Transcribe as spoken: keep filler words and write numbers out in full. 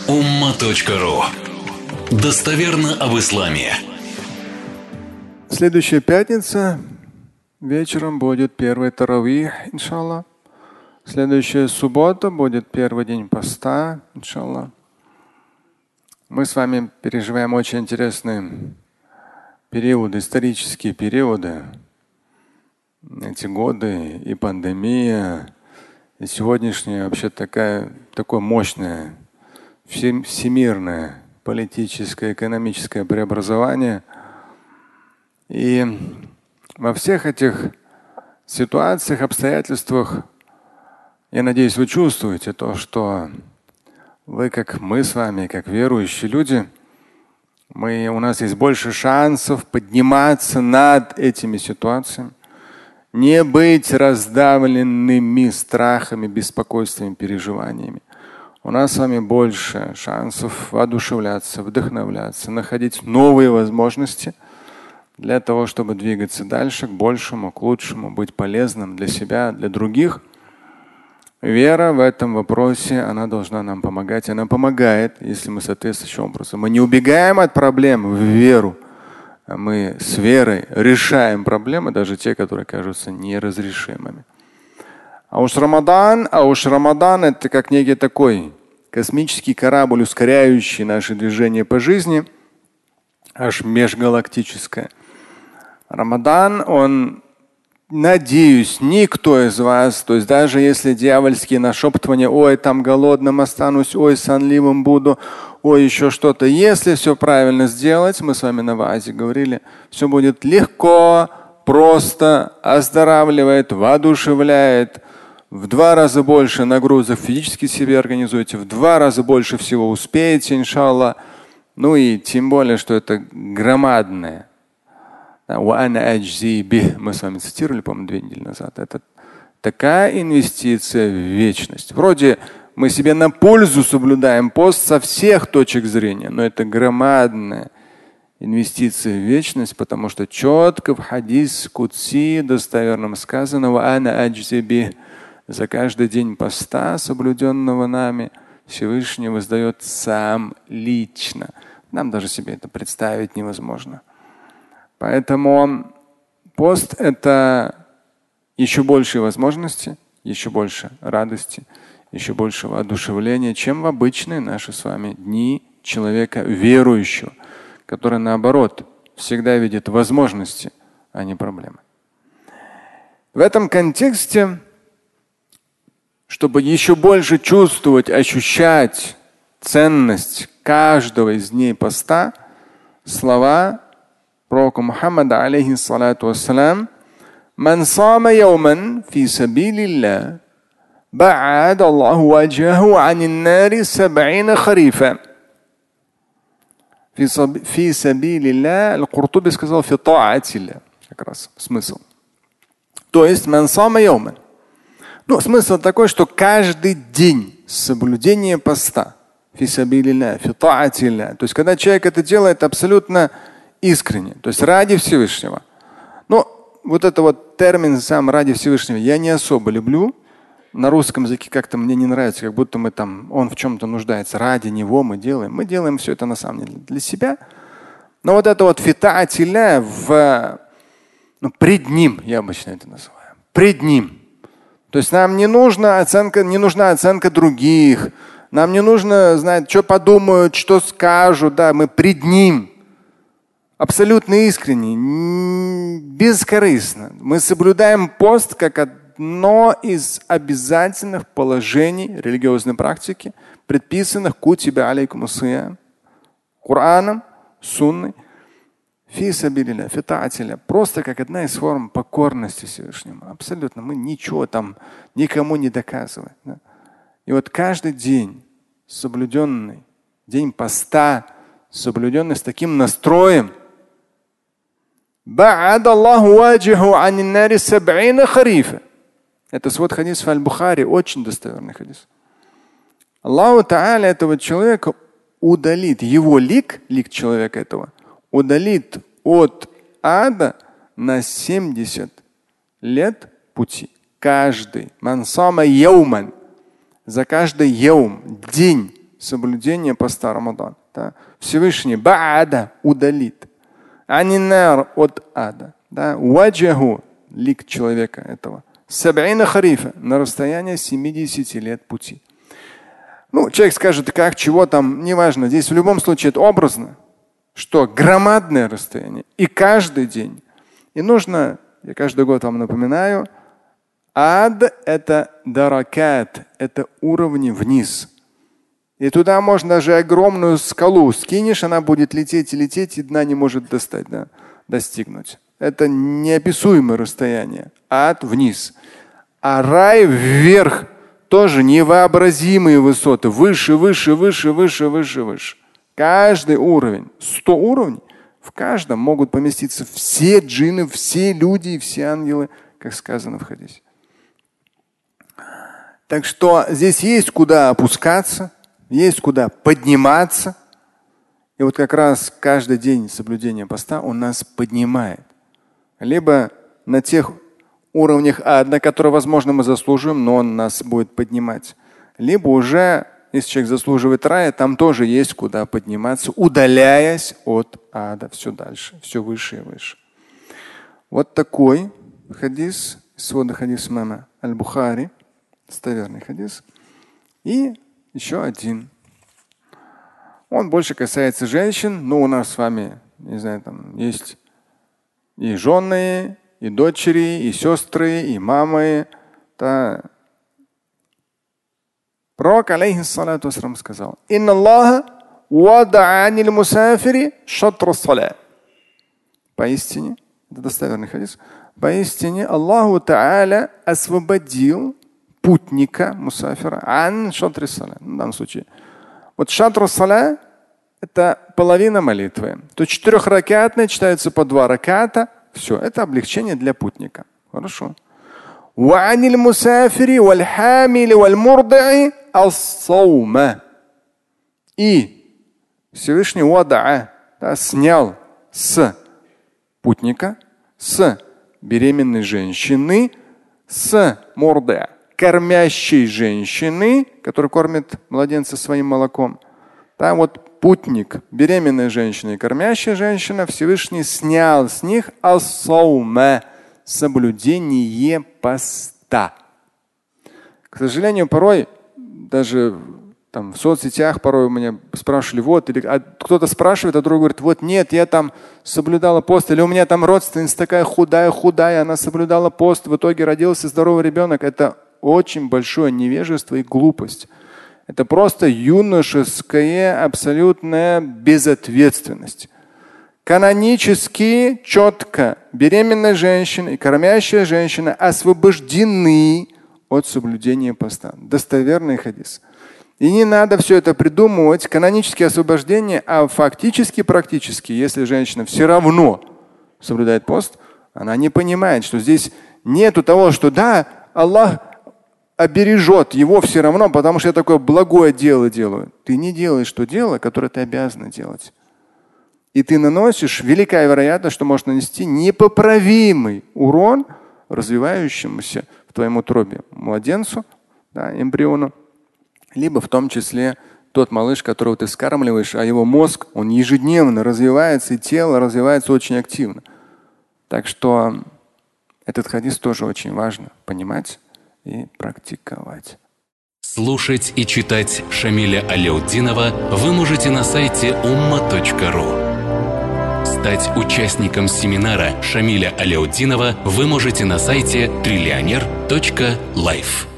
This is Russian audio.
умма.ру. Достоверно об исламе. Следующая пятница вечером будет первый таравих, иншаллах. Следующая суббота будет первый день поста, иншаллах. Мы с вами переживаем очень интересные периоды, исторические периоды. Эти годы и пандемия, и сегодняшняя вообще такая, такое мощное всемирное политическое, экономическое преобразование. И во всех этих ситуациях, обстоятельствах, я надеюсь, вы чувствуете то, что вы, как мы с вами, как верующие люди, мы, у нас есть больше шансов подниматься над этими ситуациями, не быть раздавленными страхами, беспокойствами, переживаниями. У нас с вами больше шансов воодушевляться, вдохновляться, находить новые возможности для того, чтобы двигаться дальше к большему, к лучшему, быть полезным для себя, для других. Вера в этом вопросе, она должна нам помогать. Она помогает, если мы соответствующим образом. Мы не убегаем от проблем в веру, а мы с верой решаем проблемы, даже те, которые кажутся неразрешимыми. А уж Рамадан, а уж Рамадан это как некий такой космический корабль, ускоряющий наше движение по жизни, аж межгалактическое. Рамадан, он, надеюсь, никто из вас, то есть даже если дьявольские нашептывания, ой, там голодным останусь, ой, сонливым буду, ой, еще что-то, если все правильно сделать, мы с вами на ваазе говорили, все будет легко, просто, оздоравливает, воодушевляет. В два раза больше нагрузок физически себе организуете, в два раза больше всего успеете, иншаллах. Ну и тем более, что это громадное. Мы с вами цитировали, по-моему, две недели назад. Это такая инвестиция в вечность. Вроде мы себе на пользу соблюдаем пост со всех точек зрения, но это громадная инвестиция в вечность, потому что четко в хадис кудси достоверном сказано: за каждый день поста, соблюденного нами, Всевышний воздает сам лично. Нам даже себе это представить невозможно. Поэтому пост – это еще большие возможности, еще больше радости, еще больше воодушевления, чем в обычные наши с вами дни человека верующего, который, наоборот, всегда видит возможности, а не проблемы. В этом контексте, чтобы еще больше чувствовать, ощущать ценность каждого из дней поста, слова пророка Мухаммада, алейхиссалату вассалям: «Ман сама яуман фи сабилилля, ба'ада Аллаху ваджаху анин нари саб'ина харифа». Фи сабилилля, Аль-Куртуби сказал фи та'атилля. Как раз смысл. То есть ман сама яуман. Ну, смысл такой, что каждый день соблюдение поста, фи сабилилля, фи та'атилля. То есть когда человек это делает абсолютно искренне, то есть ради Всевышнего. Ну, вот это вот термин сам ради Всевышнего я не особо люблю. На русском языке как-то мне не нравится, как будто мы там, он в чем-то нуждается, ради него мы делаем. Мы делаем все это на самом деле для себя. Но вот это вот фитаатилля в, ну, пред ним, я обычно это называю, пред ним. То есть нам не нужна оценка, не нужна оценка других. Нам не нужно знать, что подумают, что скажут. Да, мы пред ним. Абсолютно искренне, бескорыстно. Мы соблюдаем пост как одно из обязательных положений религиозной практики, предписанных кутиба алейкум ас-сиям, Кораном, Сунной, фи сабилилля, фи та'атилля. Просто как одна из форм покорности Всевышнему. Абсолютно. Мы ничего там никому не доказываем. Да? И вот каждый день соблюденный, день поста, соблюденный с таким настроем, это свод хадис Аль-Бухари, очень достоверный хадис. Аллаху Та'аля этого человека удалит, его лик, лик человека этого, удалит от ада на семьдесят лет пути. Каждый. Мансама яуман. За каждый яум, день соблюдение поста Рамадан. Да? Всевышний ба'ада удалит. Анинар от ада. Да? Ваджаху лик человека этого. Саб'ина харифа на расстоянии семидесяти лет пути. Ну, человек скажет, как, чего там, неважно. Здесь в любом случае это образно, что громадное расстояние. И каждый день. И нужно, я каждый год вам напоминаю, ад – это даракат, это уровни вниз. И туда можно даже огромную скалу скинешь, она будет лететь и лететь, и дна не может достать, да, достигнуть. Это неописуемое расстояние. Ад вниз. А рай вверх. Тоже невообразимые высоты. Выше, выше, выше, выше, выше, выше. Каждый уровень. Сто уровней. В каждом могут поместиться все джинны, все люди и все ангелы, как сказано в хадисе. Так что здесь есть куда опускаться, есть куда подниматься. И вот как раз каждый день соблюдения поста он нас поднимает. Либо на тех уровнях ада, на которые, возможно, мы заслужим, но он нас будет поднимать. Либо уже, если человек заслуживает рая, там тоже есть куда подниматься, удаляясь от ада все дальше, все выше и выше. Вот такой хадис, сводный хадис имама Аль-Бухари, достоверный хадис. И еще один. Он больше касается женщин, но у нас с вами, не знаю, там есть и жены, и дочери, и сестры, и мамы. Да. Пророк, алейхиссалату вассалам, сказал: «Инна Аллаха вада'а аниль мусафири шатра ссаля». Поистине, это достоверный хадис, поистине Аллаху Та'аля освободил путника, мусафира, ан шатри ссаля. В данном случае. Вот шатра ссаля – это половина молитвы. То четырехракатные читаются по два раката. Все, это облегчение для путника. Хорошо. И Всевышний вада'а, да, снял с путника, с беременной женщины, с мурда, кормящей женщины, которая кормит младенца своим молоком. Да, вот путник, беременная женщина и кормящая женщина, Всевышний снял с них ас-саума, соблюдение поста. К сожалению, порой даже там в соцсетях порой у меня спрашивали, вот, или а кто-то спрашивает, а другой говорит, вот нет, я там соблюдала пост, или у меня там родственница такая худая, худая, она соблюдала пост, в итоге родился здоровый ребенок. Это очень большое невежество и глупость. Это просто юношеская абсолютная безответственность. Канонически, четко беременная женщина и кормящая женщина освобождены от соблюдения поста. Достоверный хадис. И не надо все это придумывать, канонические освобождения, а фактически, практически, если женщина все равно соблюдает пост, она не понимает, что здесь нету того, что да, Аллах обережет его все равно, потому что я такое благое дело делаю. Ты не делаешь то дело, которое ты обязана делать. И ты наносишь, великая вероятность, что можешь нанести непоправимый урон развивающемуся в твоем утробе младенцу, да, эмбриону, либо в том числе тот малыш, которого ты скармливаешь, а его мозг, он ежедневно развивается, и тело развивается очень активно. Так что этот хадис тоже очень важно понимать и практиковать. Слушать и читать Шамиля Аляутдинова вы можете на сайте умма точка ру. Стать участником семинара Шамиля Аляутдинова вы можете на сайте триллионер точка лайф.